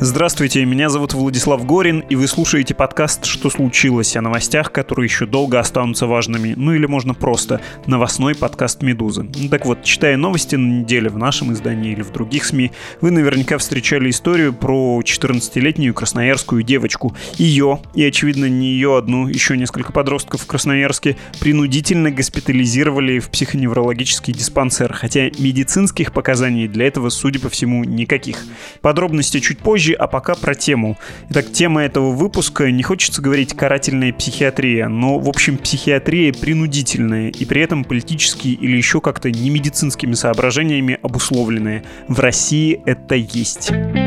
Здравствуйте, меня зовут Владислав Горин, и вы слушаете подкаст «Что случилось?» о новостях, которые еще долго останутся важными, ну или можно просто новостной подкаст «Медузы». Так вот, читая новости на неделе в нашем издании или в других СМИ, вы наверняка встречали историю про 14-летнюю красноярскую девочку. Ее, и очевидно не ее одну, еще несколько подростков в Красноярске принудительно госпитализировали в психоневрологический диспансер, хотя медицинских показаний для этого, судя по всему, никаких. Подробности чуть позже, а пока про тему. Итак, тема этого выпуска, не хочется говорить карательная психиатрия, но, в общем, психиатрия принудительная и при этом политически или еще как-то немедицинскими соображениями обусловленная. В России это есть.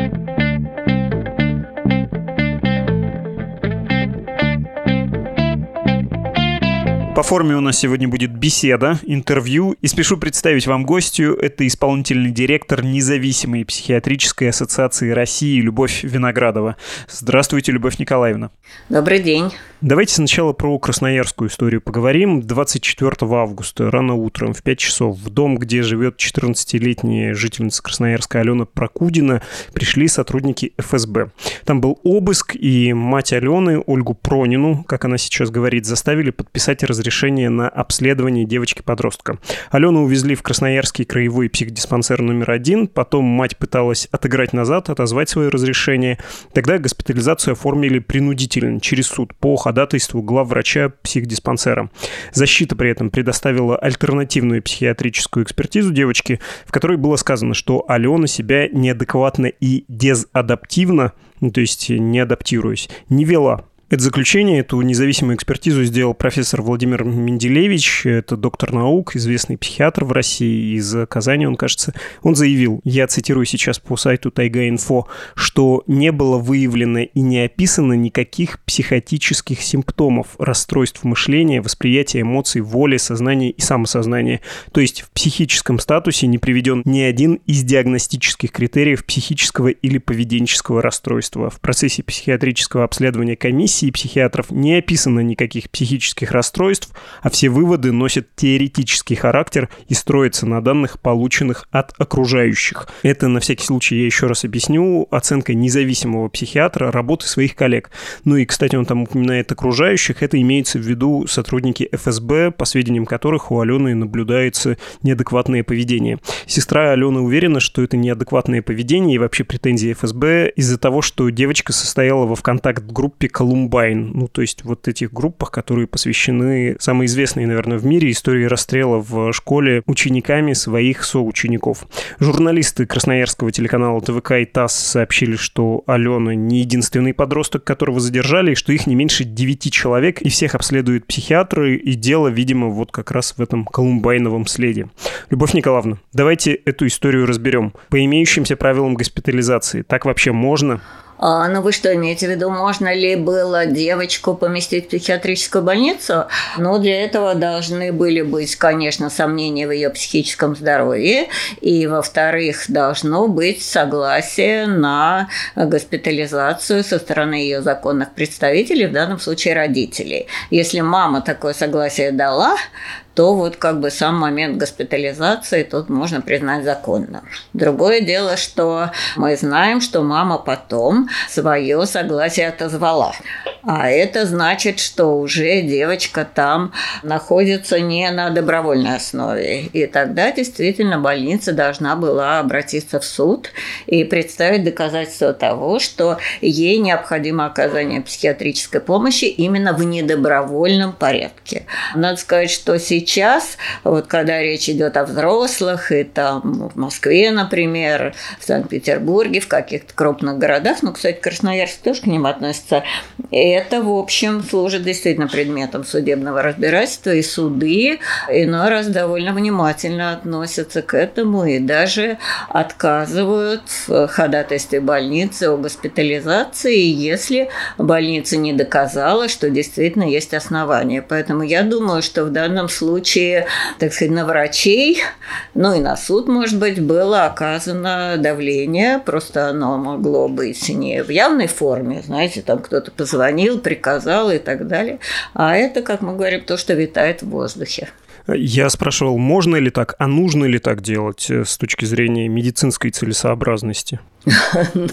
По форме у нас сегодня будет беседа, интервью, и спешу представить вам гостью. Это исполнительный директор Независимой психиатрической ассоциации России Любовь Виноградова. Здравствуйте, Любовь Николаевна. Добрый день. Давайте сначала про красноярскую историю поговорим. 24 августа, рано утром, в 5 часов, в дом, где живет 14-летняя жительница Красноярска Алена Прокудина, пришли сотрудники ФСБ. Там был обыск, и мать Алены, Ольгу Пронину, как она сейчас говорит, заставили подписать разрешение на обследование девочки-подростка. Алену увезли в Красноярский краевой психдиспансер номер 1, потом мать пыталась отыграть назад, отозвать свое разрешение. Тогда госпитализацию оформили принудительно, через суд, по ходатайству главврача психдиспансера. Защита при этом предоставила альтернативную психиатрическую экспертизу девочки, в которой было сказано, что Алена себя неадекватно и дезадаптивно, то есть не адаптируясь, не вела. Это заключение, эту независимую экспертизу сделал профессор Владимир Менделевич, это доктор наук, известный психиатр в России, из Казани, он, кажется. Он заявил, я цитирую сейчас по сайту Тайга-Инфо, что не было выявлено и не описано никаких психотических симптомов, расстройств мышления, восприятия эмоций, воли, сознания и самосознания. То есть в психическом статусе не приведен ни один из диагностических критериев психического или поведенческого расстройства. В процессе психиатрического обследования комиссии психиатров не описано никаких психических расстройств, а все выводы носят теоретический характер и строятся на данных, полученных от окружающих. Это, на всякий случай, я еще раз объясню, оценка независимого психиатра работы своих коллег. Ну и, кстати, он там упоминает окружающих, это имеется в виду сотрудники ФСБ, по сведениям которых у Алены наблюдается неадекватное поведение. Сестра Алены уверена, что это неадекватное поведение и вообще претензии ФСБ из-за того, что девочка состояла во ВКонтакт-группе «Колумбайн». Ну, то есть вот этих группах, которые посвящены самой известной, наверное, в мире истории расстрела в школе учениками своих соучеников. Журналисты красноярского телеканала ТВК и ТАСС сообщили, что Алена не единственный подросток, которого задержали, и что их не меньше 9 человек, и всех обследуют психиатры, и дело, видимо, вот как раз в этом колумбайновом следе. Любовь Николаевна, давайте эту историю разберем. По имеющимся правилам госпитализации, так вообще можно? Ну, вы что имеете в виду, можно ли было девочку поместить в психиатрическую больницу? Ну, для этого должны были быть, конечно, сомнения в ее психическом здоровье, и, во-вторых, должно быть согласие на госпитализацию со стороны ее законных представителей, в данном случае родителей. Если мама такое согласие дала, то вот как бы сам момент госпитализации тут можно признать законным. Другое дело, что мы знаем, что мама потом свое согласие отозвала. А это значит, что уже девочка там находится не на добровольной основе. И тогда действительно больница должна была обратиться в суд и представить доказательства того, что ей необходимо оказание психиатрической помощи именно в недобровольном порядке. Надо сказать, что сейчас, вот когда речь идет о взрослых, и там в Москве, например, в Санкт-Петербурге, в каких-то крупных городах, ну, кстати, Красноярск тоже к ним относится, это, в общем, служит действительно предметом судебного разбирательства, и суды иной раз довольно внимательно относятся к этому и даже отказывают в ходатайстве больницы о госпитализации, если больница не доказала, что действительно есть основания. Поэтому я думаю, что в данном случае, так сказать, на врачей, ну и на суд, может быть, было оказано давление, просто оно могло быть не в явной форме, знаете, там кто-то позвонил, приказал и так далее, а это, как мы говорим, то, что витает в воздухе. Я спрашивал, можно ли так, а нужно ли так делать с точки зрения медицинской целесообразности?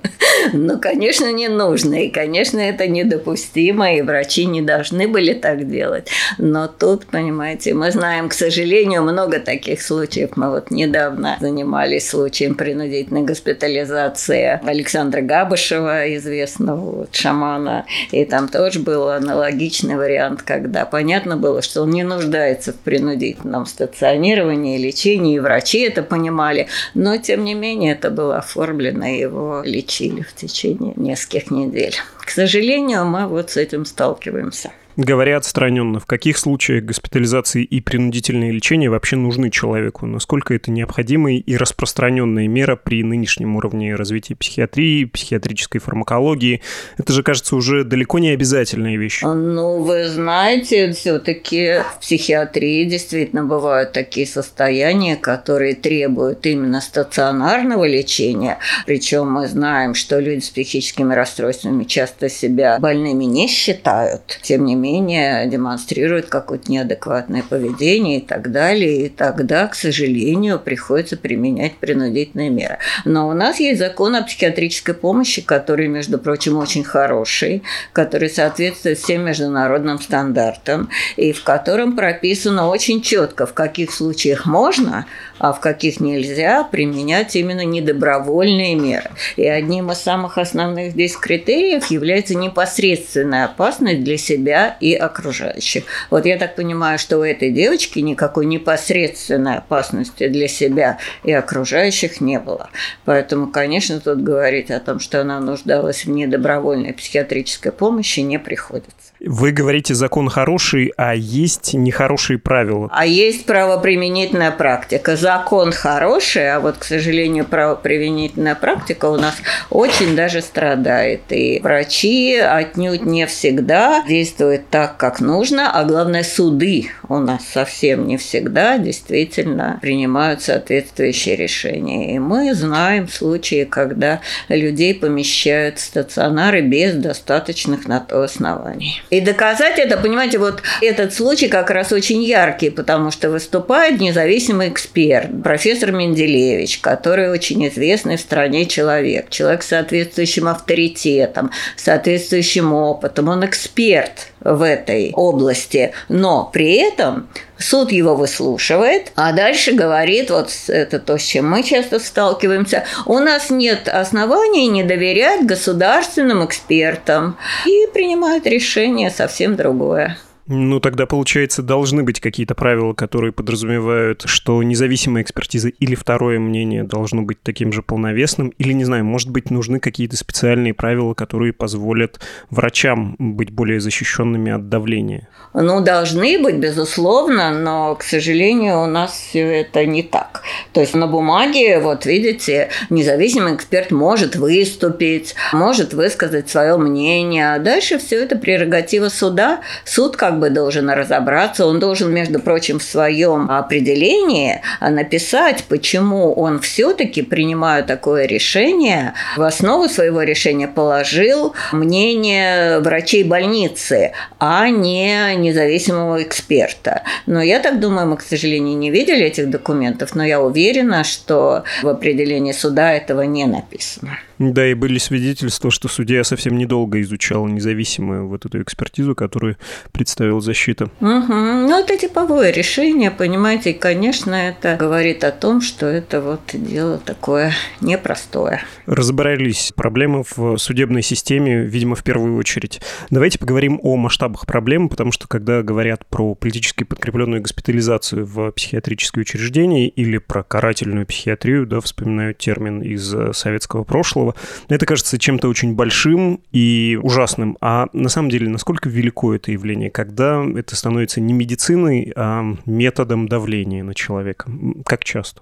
Ну, конечно, не нужно. И, конечно, это недопустимо, и врачи не должны были так делать. Но тут, понимаете, мы знаем, к сожалению, много таких случаев. Мы вот недавно занимались случаем принудительной госпитализации Александра Габышева, известного шамана. И там тоже был аналогичный вариант, когда понятно было, что он не нуждается в принудительном стационировании, лечении, и врачи это понимали. Но, тем не менее, это было оформлено, и его лечили в течение нескольких недель. К сожалению, мы вот с этим сталкиваемся. Говоря отстраненно, в каких случаях госпитализации и принудительное лечение вообще нужны человеку? Насколько это необходимая и распространенная мера при нынешнем уровне развития психиатрии, психиатрической фармакологии? Это же, кажется, уже далеко не обязательная вещь. Ну, вы знаете, все-таки в психиатрии действительно бывают такие состояния, которые требуют именно стационарного лечения. Причем мы знаем, что люди с психическими расстройствами часто себя больными не считают. Тем не менее, демонстрируют какое-то неадекватное поведение и так далее. И тогда, к сожалению, приходится применять принудительные меры. Но у нас есть закон о психиатрической помощи, который, между прочим, очень хороший, который соответствует всем международным стандартам, и в котором прописано очень четко, в каких случаях можно, а в каких нельзя применять именно недобровольные меры. И одним из самых основных здесь критериев является непосредственная опасность для себя и окружающих. Вот я так понимаю, что у этой девочки никакой непосредственной опасности для себя и окружающих не было. Поэтому, конечно, тут говорить о том, что она нуждалась в недобровольной психиатрической помощи, не приходится. Вы говорите, закон хороший, а есть нехорошие правила. А есть правоприменительная практика. Закон хороший, а вот, к сожалению, правоприменительная практика у нас очень даже страдает. И врачи отнюдь не всегда действуют так, как нужно, а главное, суды у нас совсем не всегда действительно принимают соответствующие решения. И мы знаем случаи, когда людей помещают в стационары без достаточных на то оснований. И доказать это, понимаете, вот этот случай как раз очень яркий, потому что выступает независимый эксперт, профессор Менделевич, который очень известный в стране человек с соответствующим авторитетом, соответствующим опытом. Он эксперт в этой области, но при этом суд его выслушивает, а дальше говорит, вот это то, с чем мы часто сталкиваемся, у нас нет оснований не доверять государственным экспертам, и принимает решение совсем другое. Ну, тогда, получается, должны быть какие-то правила, которые подразумевают, что независимая экспертиза или второе мнение должно быть таким же полновесным, или, не знаю, может быть, нужны какие-то специальные правила, которые позволят врачам быть более защищенными от давления? Ну, должны быть, безусловно, но, к сожалению, у нас все это не так. То есть на бумаге, вот видите, независимый эксперт может выступить, может высказать свое мнение, а дальше все это прерогатива суда. Суд как бы должен разобраться, он должен, между прочим, в своем определении написать, почему он все-таки, принимая такое решение, в основу своего решения положил мнение врачей больницы, а не независимого эксперта. Но я так думаю, мы, к сожалению, не видели этих документов, но я уверена, что в определении суда этого не написано. Да, и были свидетельства, что судья совсем недолго изучал независимую вот эту экспертизу, которую представила защита. Ну, это типовое решение, понимаете, и, конечно, это говорит о том, что это вот дело такое непростое. Разобрались проблемы в судебной системе, видимо, в первую очередь. Давайте поговорим о масштабах проблем, потому что, когда говорят про политически подкрепленную госпитализацию в психиатрические учреждения или про карательную психиатрию, да, вспоминают термин из советского прошлого, это кажется чем-то очень большим и ужасным. А на самом деле, насколько велико это явление, когда это становится не медициной, а методом давления на человека? Как часто?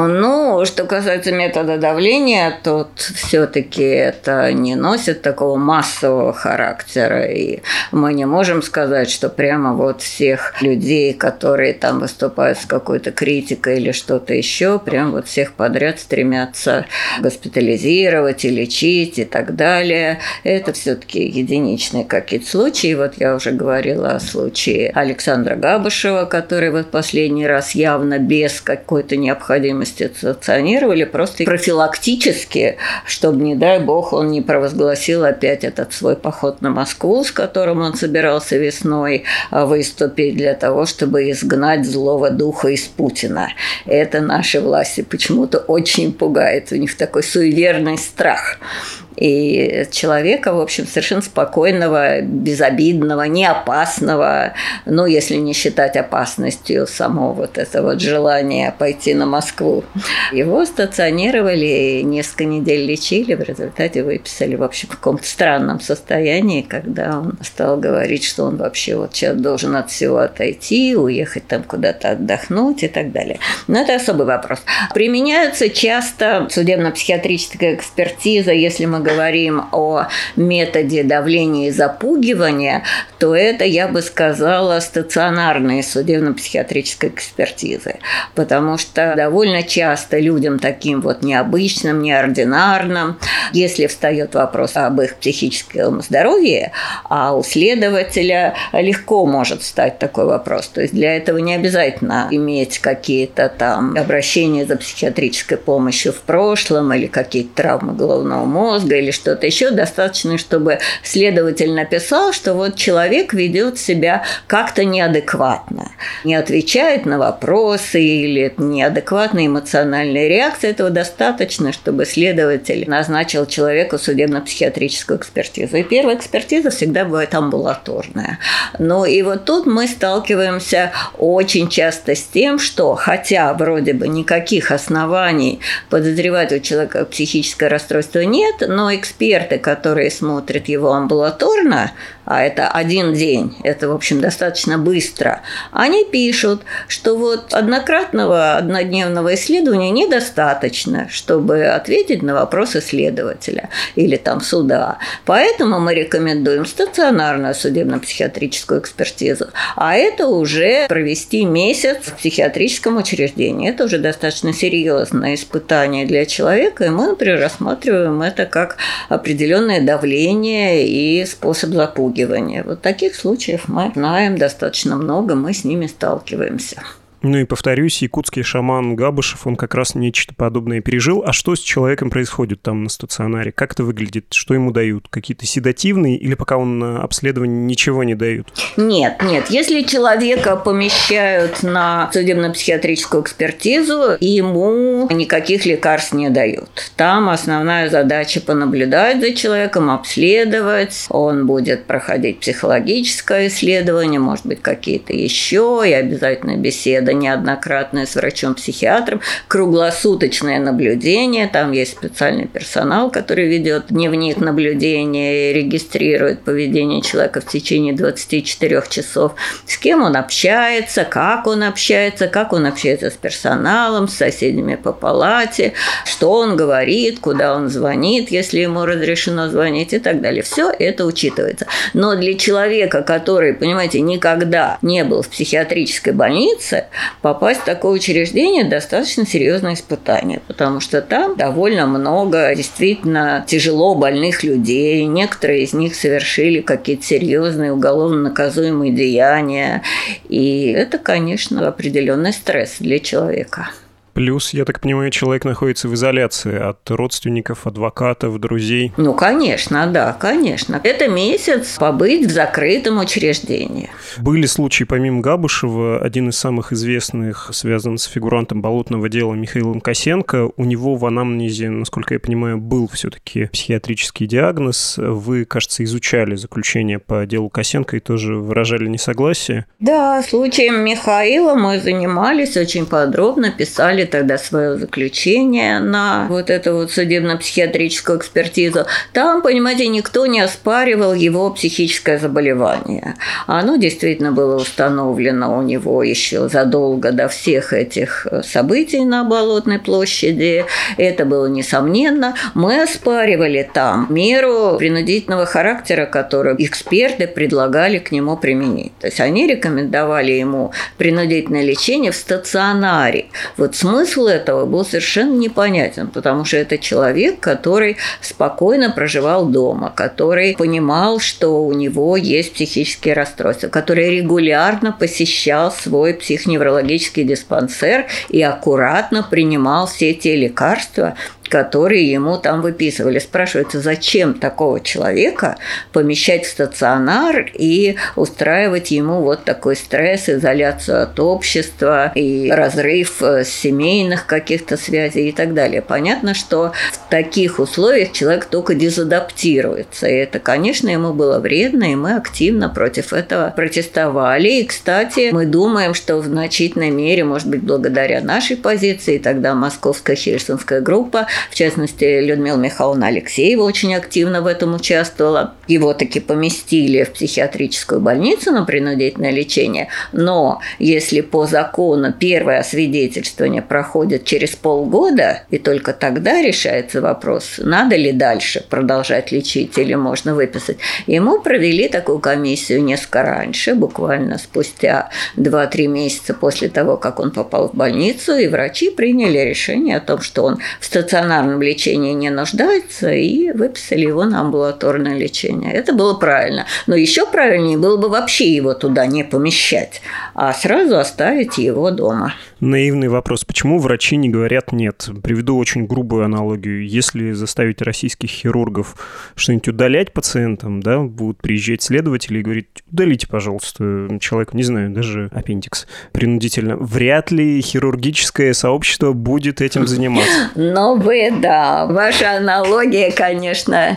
Ну, что касается метода давления, то все-таки это не носит такого массового характера, и мы не можем сказать, что прямо вот всех людей, которые там выступают с какой-то критикой или что-то еще, прям вот всех подряд стремятся госпитализировать и лечить и так далее. Это все-таки единичные какие-то случаи. Вот я уже говорила о случае Александра Габышева, который вот последний раз явно без какой-то необходимости необходимости стационировали просто профилактически, чтобы, не дай бог, он не провозгласил опять этот свой поход на Москву, с которым он собирался весной выступить для того, чтобы изгнать злого духа из Путина. Это наши власти почему-то очень пугает. У них такой суеверный страх. И человека, в общем, совершенно спокойного, безобидного, неопасного, ну, если не считать опасностью само вот это вот желание пойти на Москву. Его стационировали, несколько недель лечили, в результате выписали, в общем, в каком-то странном состоянии, когда он стал говорить, что он вообще вот сейчас должен от всего отойти, уехать там куда-то отдохнуть и так далее. Но это особый вопрос. Применяются часто судебно-психиатрическая экспертиза, если мы говорим о методе давления и запугивания, то это, я бы сказала, стационарные судебно-психиатрические экспертизы. Потому что довольно часто людям таким вот необычным, неординарным, если встает вопрос об их психическом здоровье, а у следователя легко может встать такой вопрос. То есть для этого не обязательно иметь какие-то там обращения за психиатрической помощью в прошлом или какие-то травмы головного мозга или что-то еще. Достаточно, чтобы следователь написал, что вот человек ведет себя как-то неадекватно, не отвечает на вопросы или неадекватная эмоциональная реакция. Этого достаточно, чтобы следователь назначил человеку судебно-психиатрическую экспертизу. И первая экспертиза всегда бывает амбулаторная. Ну и вот тут мы сталкиваемся очень часто с тем, что хотя вроде бы никаких оснований подозревать у человека психическое расстройство нет, но эксперты, которые смотрят его амбулаторно, а это один день, это, в общем, достаточно быстро, они пишут, что вот однократного однодневного исследования недостаточно, чтобы ответить на вопросы следователя или там суда. Поэтому мы рекомендуем стационарную судебно-психиатрическую экспертизу, а это уже провести месяц в психиатрическом учреждении. Это уже достаточно серьезное испытание для человека, и мы, например, рассматриваем это как определенное давление и способ запугивания. Вот таких случаев мы знаем достаточно много, мы с ними сталкиваемся. Ну и повторюсь, якутский шаман Габышев, он как раз нечто подобное пережил. А что с человеком происходит там на стационаре? Как это выглядит? Что ему дают? Какие-то седативные или пока он на обследование ничего не дают? Нет. Если человека помещают на судебно-психиатрическую экспертизу, ему никаких лекарств не дают. Там основная задача понаблюдать за человеком, обследовать. Он будет проходить психологическое исследование, может быть, какие-то еще, и обязательно беседа неоднократное с врачом-психиатром, круглосуточное наблюдение, там есть специальный персонал, который ведет дневник наблюдения и регистрирует поведение человека в течение 24 часов, с кем он общается, как он общается с персоналом, с соседями по палате, что он говорит, куда он звонит, если ему разрешено звонить и так далее. Все это учитывается. Но для человека, который, понимаете, никогда не был в психиатрической больнице, попасть в такое учреждение достаточно серьезное испытание, потому что там довольно много действительно тяжело больных людей. Некоторые из них совершили какие-то серьезные уголовно наказуемые деяния. И это, конечно, определенный стресс для человека. Плюс, я так понимаю, человек находится в изоляции от родственников, адвокатов, друзей. Ну, конечно, да, конечно. Это месяц побыть в закрытом учреждении. Были случаи, помимо Габышева, один из самых известных связан с фигурантом болотного дела Михаилом Косенко. У него в анамнезе, насколько я понимаю, был все-таки психиатрический диагноз. Вы, кажется, изучали заключение по делу Косенко и тоже выражали несогласие. Да, случаем Михаила мы занимались очень подробно, писали тогда свое заключение на вот эту вот судебно-психиатрическую экспертизу. Там, понимаете, никто не оспаривал его психическое заболевание. Оно действительно было установлено у него еще задолго до всех этих событий на Болотной площади. Это было несомненно. Мы оспаривали там меру принудительного характера, которую эксперты предлагали к нему применить. То есть они рекомендовали ему принудительное лечение в стационаре. Вот с смысл этого был совершенно непонятен, потому что это человек, который спокойно проживал дома, который понимал, что у него есть психические расстройства, который регулярно посещал свой психоневрологический диспансер и аккуратно принимал все те лекарства, которые ему там выписывали. Спрашивается, зачем такого человека помещать в стационар и устраивать ему вот такой стресс, изоляцию от общества и разрыв семейных каких-то связей и так далее. Понятно, что в таких условиях человек только дезадаптируется. И это, конечно, ему было вредно, и мы активно против этого протестовали. И, кстати, мы думаем, что в значительной мере, может быть, благодаря нашей позиции, тогда Московская Хельсинская группа, в частности, Людмила Михайловна Алексеева очень активно в этом участвовала. Его таки поместили в психиатрическую больницу на принудительное лечение. Но если по закону первое освидетельствование проходит через полгода, и только тогда решается вопрос, надо ли дальше продолжать лечить или можно выписать, ему провели такую комиссию несколько раньше, буквально спустя 2-3 месяца после того, как он попал в больницу, и врачи приняли решение о том, что он в стационарном лечении не нуждается, и выписали его на амбулаторное лечение. Это было правильно. Но еще правильнее было бы вообще его туда не помещать, а сразу оставить его дома. Наивный вопрос. Почему врачи не говорят «нет»? Приведу очень грубую аналогию. Если заставить российских хирургов что-нибудь удалять пациентам, да, будут приезжать следователи и говорить: удалите, пожалуйста, человеку, не знаю, даже аппендикс принудительно. Вряд ли хирургическое сообщество будет этим заниматься. Но да, ваша аналогия, конечно,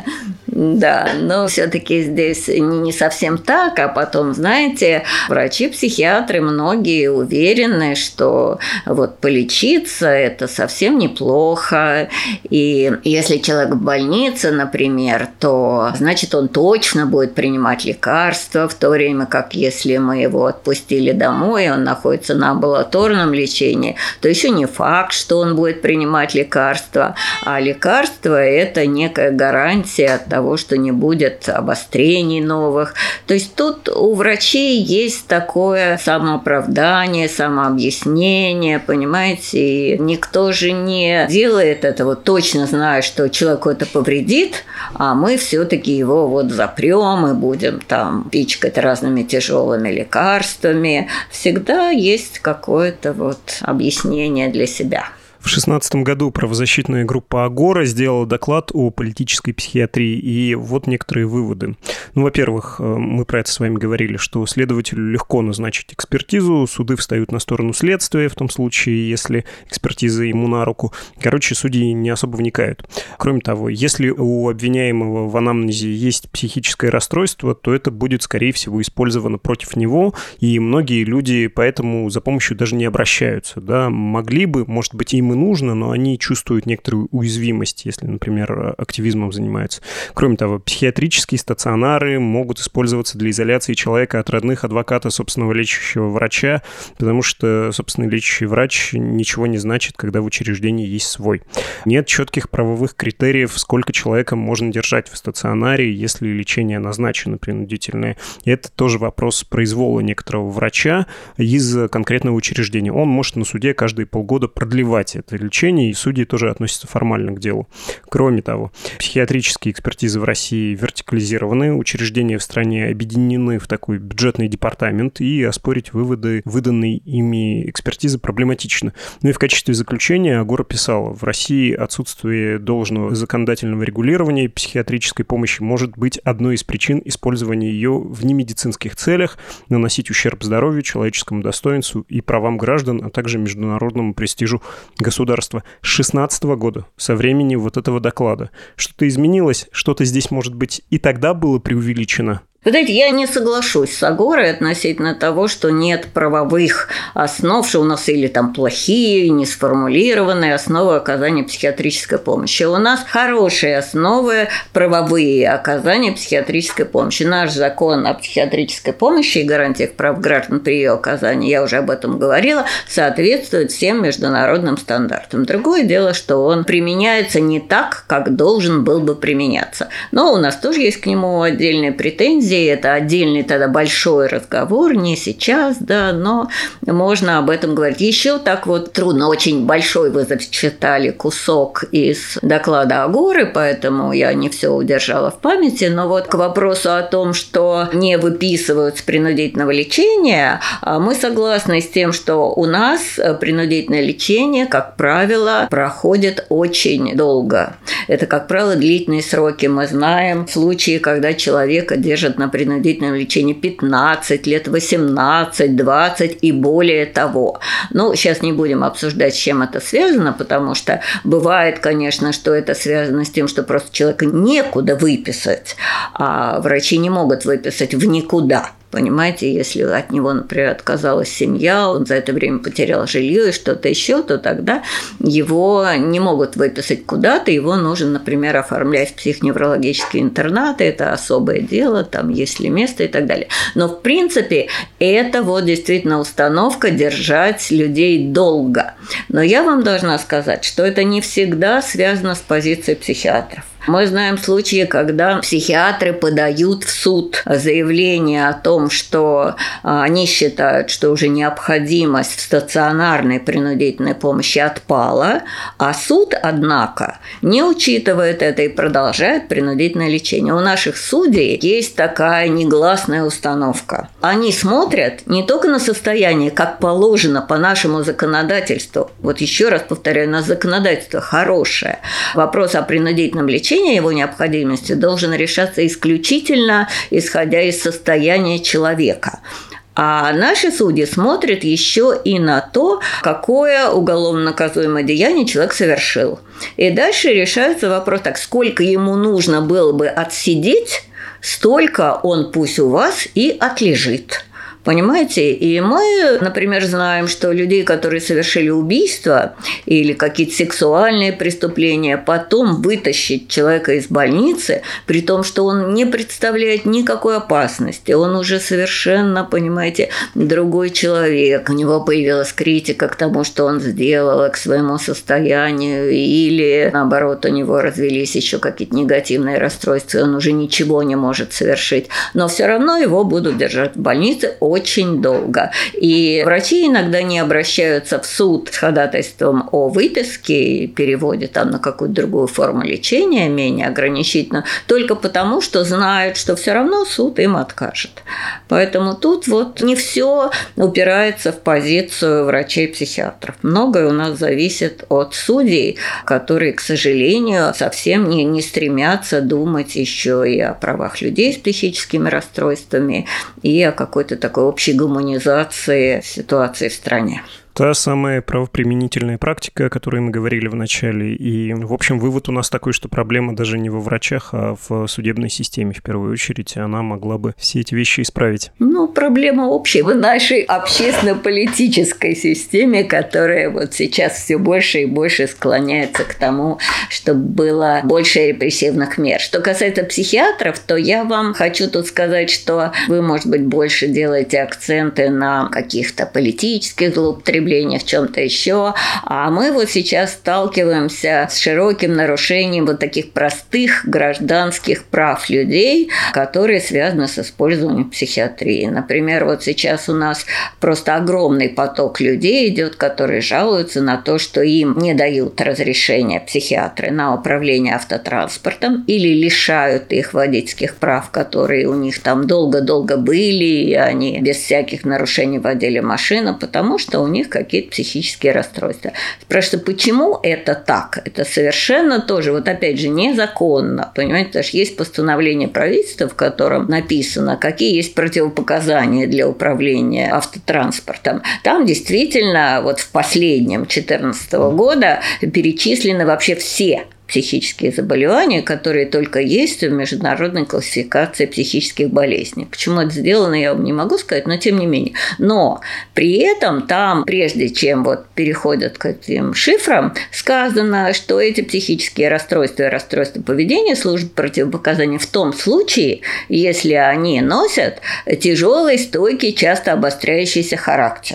да, но все-таки здесь не совсем так, а потом, знаете, врачи-психиатры многие уверены, что вот полечиться – это совсем неплохо, и если человек в больнице, например, то значит он точно будет принимать лекарства, в то время как если мы его отпустили домой, он находится на амбулаторном лечении, то еще не факт, что он будет принимать лекарства, а лекарства – это некая гарантия от того, что не будет обострений новых. То есть тут у врачей есть такое самооправдание, самообъяснение, понимаете, и никто же не делает этого, точно зная, что человеку это повредит, а мы все-таки его вот запрем и будем там пичкать разными тяжелыми лекарствами. Всегда есть какое-то вот объяснение для себя. В 2016 году правозащитная группа «Агора» сделала доклад о политической психиатрии, и вот некоторые выводы. Ну, во-первых, мы про это с вами говорили, что следователю легко назначить экспертизу, суды встают на сторону следствия в том случае, если экспертиза ему на руку. Короче, судьи не особо вникают. Кроме того, если у обвиняемого в анамнезе есть психическое расстройство, то это будет, скорее всего, использовано против него, и многие люди поэтому за помощью даже не обращаются. Да? Могли бы, может быть, им и нужно, но они чувствуют некоторую уязвимость, если, например, активизмом занимаются. Кроме того, психиатрические стационары могут использоваться для изоляции человека от родных, адвоката, собственного лечащего врача, потому что собственный лечащий врач ничего не значит, когда в учреждении есть свой. Нет четких правовых критериев, сколько человека можно держать в стационаре, если лечение назначено принудительное. И это тоже вопрос произвола некоторого врача из конкретного учреждения. Он может на суде каждые полгода продлевать это лечение, и судьи тоже относятся формально к делу. Кроме того, психиатрические экспертизы в России вертикализированы, учреждения в стране объединены в такой бюджетный департамент, и оспорить выводы выданной ими экспертизы проблематично. Ну и в качестве заключения Агора писала: в России отсутствие должного законодательного регулирования психиатрической помощи может быть одной из причин использования ее в немедицинских целях, наносить ущерб здоровью, человеческому достоинству и правам граждан, а также международному престижу государства. С 2016 года, со времени вот этого доклада. Что-то изменилось, что-то здесь, может быть, и тогда было преувеличено. Вы знаете, я не соглашусь с Агорой относительно того, что нет правовых основ, что у нас или там плохие, не сформулированные основы оказания психиатрической помощи. У нас хорошие основы правовые оказания психиатрической помощи. Наш закон о психиатрической помощи и гарантиях прав граждан при ее оказании, я уже об этом говорила, соответствует всем международным стандартам. Другое дело, что он применяется не так, как должен был бы применяться. Но у нас тоже есть к нему отдельные претензии. людей это отдельный тогда большой разговор, не сейчас, да, но можно об этом говорить. Еще так вот трудно, очень большой вы зачитали кусок из доклада Агоры, поэтому я не все удержала в памяти, но вот к вопросу о том, что не выписывают с принудительного лечения, мы согласны с тем, что у нас принудительное лечение, как правило, проходит очень долго. Это, как правило, длительные сроки. Мы знаем случаи, когда человека держат на принудительном лечении 15 лет, 18, 20 и более того. Ну, сейчас не будем обсуждать, с чем это связано, потому что бывает, конечно, что это связано с тем, что просто человека некуда выписать, а врачи не могут выписать в никуда. Понимаете, если от него, например, отказалась семья, он за это время потерял жилье и что-то еще, то тогда его не могут выписать куда-то, его нужно, например, оформлять в психоневрологические интернаты, это особое дело, там есть ли место и так далее. Но, в принципе, это вот действительно установка держать людей долго. Но я вам должна сказать, что это не всегда связано с позицией психиатров. Мы знаем случаи, когда психиатры подают в суд заявление о том, что они считают, что уже необходимость в стационарной принудительной помощи отпала, а суд, однако, не учитывает это и продолжает принудительное лечение. У наших судей есть такая негласная установка. Они смотрят не только на состояние, как положено по нашему законодательству. Вот еще раз повторяю, у нас законодательство хорошее. Вопрос о принудительном лечении, его необходимости должен решаться исключительно исходя из состояния человека. А наши судьи смотрят еще и на то, какое уголовно наказуемое деяние человек совершил. И дальше решается вопрос так, сколько ему нужно было бы отсидеть, столько он пусть у вас и отлежит. Понимаете? И мы, например, знаем, что людей, которые совершили убийство или какие-то сексуальные преступления, потом вытащить человека из больницы, при том, что он не представляет никакой опасности, он уже совершенно, понимаете, другой человек, у него появилась критика к тому, что он сделал, к своему состоянию, или, наоборот, у него развились еще какие-то негативные расстройства, и он уже ничего не может совершить, но все равно его будут держать в больнице очень долго. И врачи иногда не обращаются в суд с ходатайством о выписке и переводе там на какую-то другую форму лечения, менее ограничительную, только потому, что знают, что все равно суд им откажет. Поэтому тут вот не все упирается в позицию врачей-психиатров. Многое у нас зависит от судей, которые, к сожалению, совсем не стремятся думать еще и о правах людей с психическими расстройствами, и о какой-то такой общей гуманизации ситуации в стране. Та самая правоприменительная практика, о которой мы говорили в начале. И, в общем, вывод у нас такой, что проблема даже не во врачах, а в судебной системе в первую очередь. Она могла бы все эти вещи исправить. Ну, проблема общая в нашей общественно-политической системе, которая вот сейчас все больше и больше склоняется к тому, чтобы было больше репрессивных мер. Что касается психиатров, то я вам хочу тут сказать, что вы, может быть, больше делаете акценты на каких-то политических злоупотреблениях, в чем-то еще. А мы вот сейчас сталкиваемся с широким нарушением вот таких простых гражданских прав людей, которые связаны с использованием психиатрии. Например, вот сейчас у нас просто огромный поток людей идет, которые жалуются на то, что им не дают разрешения психиатры на управление автотранспортом или лишают их водительских прав, которые у них там долго-долго были, и они без всяких нарушений водили машину, потому что у них какие-то психические расстройства. Спрашиваю, почему это так? Это совершенно тоже, вот опять же, незаконно, понимаете, потому что есть постановление правительства, в котором написано, какие есть противопоказания для управления автотранспортом. Там действительно вот в последнем 2014 года перечислены вообще все психические заболевания, которые только есть в международной классификации психических болезней. Почему это сделано, я вам не могу сказать, но тем не менее. Но при этом там, прежде чем вот переходят к этим шифрам, сказано, что эти психические расстройства и расстройства поведения служат противопоказанием в том случае, если они носят тяжелый, стойкий, часто обостряющийся характер.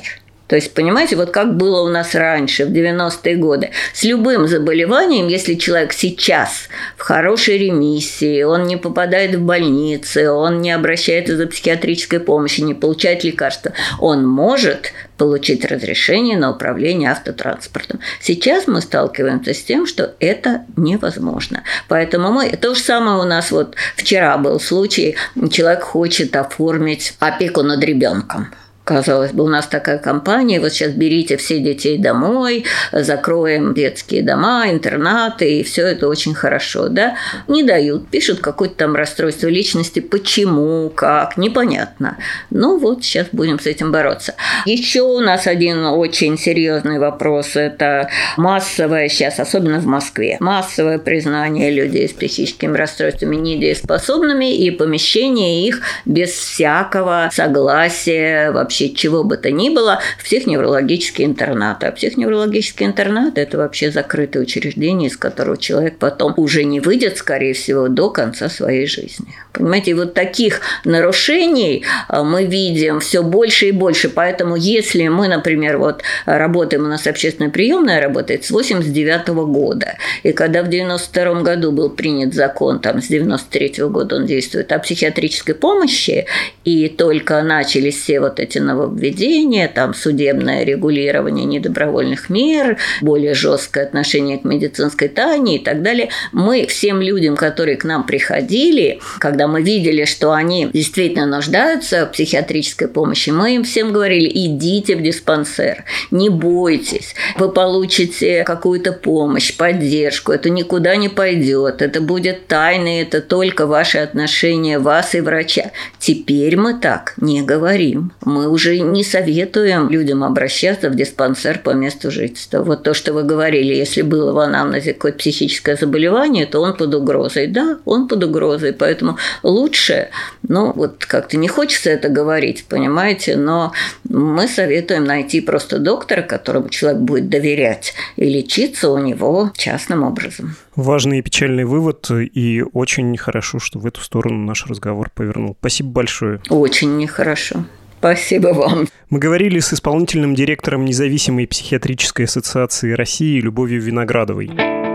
То есть, понимаете, вот как было у нас раньше, в 90-е годы. С любым заболеванием, если человек сейчас в хорошей ремиссии, он не попадает в больницы, он не обращается за психиатрической помощью, не получает лекарства, он может получить разрешение на управление автотранспортом. Сейчас мы сталкиваемся с тем, что это невозможно. Поэтому то же самое у нас вот вчера был случай, человек хочет оформить опеку над ребенком. Казалось бы, у нас такая компания, вот сейчас берите все детей домой, закроем детские дома, интернаты, и все это очень хорошо, да? Не дают, пишут какое-то там расстройство личности, почему, как, непонятно. Ну вот, сейчас будем с этим бороться. Еще у нас один очень серьезный вопрос, это массовое сейчас, особенно в Москве, массовое признание людей с психическими расстройствами недееспособными и помещение их без всякого согласия вообще чего бы то ни было в психоневрологические интернаты. А психоневрологические интернаты – это вообще закрытое учреждение, из которого человек потом уже не выйдет, скорее всего, до конца своей жизни. Понимаете, и вот таких нарушений мы видим все больше и больше. Поэтому если мы, например, вот работаем, у нас общественная приемная работает с 1989 года, и когда в 1992 году был принят закон, там, с 1993 года он действует, о психиатрической помощи, и только начались все вот эти нововведения, там судебное регулирование недобровольных мер, более жесткое отношение к медицинской тайне и так далее. Мы всем людям, которые к нам приходили, когда мы видели, что они действительно нуждаются в психиатрической помощи, мы им всем говорили: идите в диспансер, не бойтесь, вы получите какую-то помощь, поддержку, это никуда не пойдет, это будет тайной, это только ваши отношения вас и врача. Теперь мы так не говорим. Мы уже не советуем людям обращаться в диспансер по месту жительства. Вот то, что вы говорили, если было в анамнезе какое-то психическое заболевание, то он под угрозой. Да, он под угрозой, поэтому лучше, вот как-то не хочется это говорить, понимаете, но мы советуем найти просто доктора, которому человек будет доверять, и лечиться у него частным образом. Важный и печальный вывод, и очень хорошо, что в эту сторону наш разговор повернул. Спасибо большое. Очень нехорошо. Спасибо вам. Мы говорили с исполнительным директором Независимой психиатрической ассоциации России Любовью Виноградовой.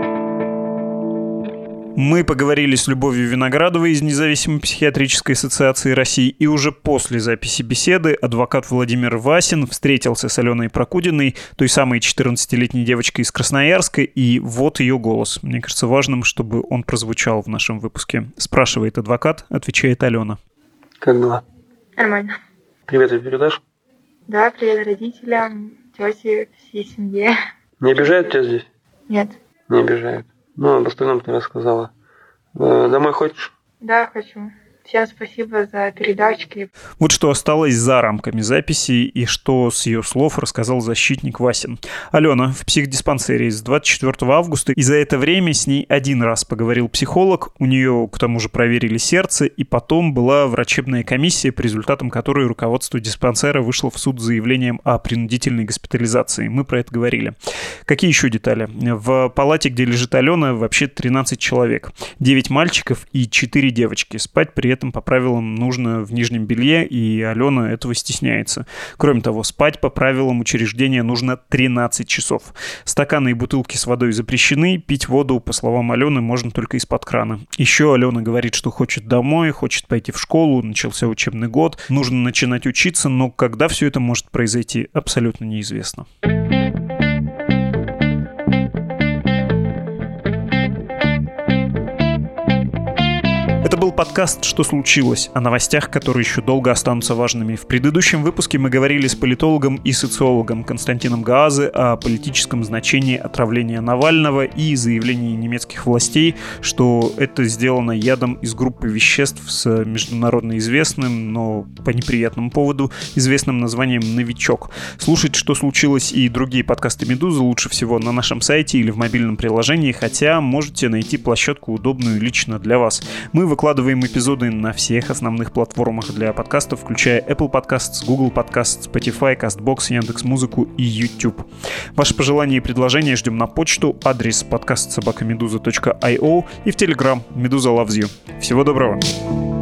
Мы поговорили с Любовью Виноградовой из Независимой психиатрической ассоциации России, и уже после записи беседы адвокат Владимир Васин встретился с Аленой Прокудиной, той самой 14-летней девочкой из Красноярска, и вот ее голос. Мне кажется важным, чтобы он прозвучал в нашем выпуске. Спрашивает адвокат, отвечает Алена. Как дела? Нормально. Привет передашь? Да, привет родителям, тете, всей семье. Не обижают тебя здесь? Нет. Не обижают. Об остальном ты рассказала. Домой хочешь? Да, хочу. Всем спасибо за передачки. Вот что осталось за рамками записи и что с ее слов рассказал защитник Васин. Алена в психдиспансере с 24 августа, и за это время с ней один раз поговорил психолог, у нее к тому же проверили сердце, и потом была врачебная комиссия, по результатам которой руководство диспансера вышло в суд с заявлением о принудительной госпитализации. Мы про это говорили. Какие еще детали? В палате, где лежит Алена, вообще 13 человек. 9 мальчиков и 4 девочки. Спать при этом по правилам нужно в нижнем белье, и Алена этого стесняется. Кроме того, спать по правилам учреждения нужно 13 часов. Стаканы и бутылки с водой запрещены, пить воду, по словам Алены, можно только из-под крана. Еще Алена говорит, что хочет домой, хочет пойти в школу, начался учебный год, нужно начинать учиться, но когда все это может произойти, абсолютно неизвестно. Это был подкаст «Что случилось?», о новостях, которые еще долго останутся важными. В предыдущем выпуске мы говорили с политологом и социологом Константином Гаазе о политическом значении отравления Навального и заявлении немецких властей, что это сделано ядом из группы веществ с международно известным, но по неприятному поводу известным названием «Новичок». Слушать «Что случилось?» и другие подкасты «Медузы» лучше всего на нашем сайте или в мобильном приложении, хотя можете найти площадку, удобную лично для вас. Мы выкладываем эпизоды на всех основных платформах для подкастов, включая Apple Podcasts, Google Podcasts, Spotify, CastBox, Яндекс.Музыку и YouTube. Ваши пожелания и предложения ждем на почту, адрес подкаст@meduza.io и в Telegram Meduza Loves You. Всего доброго!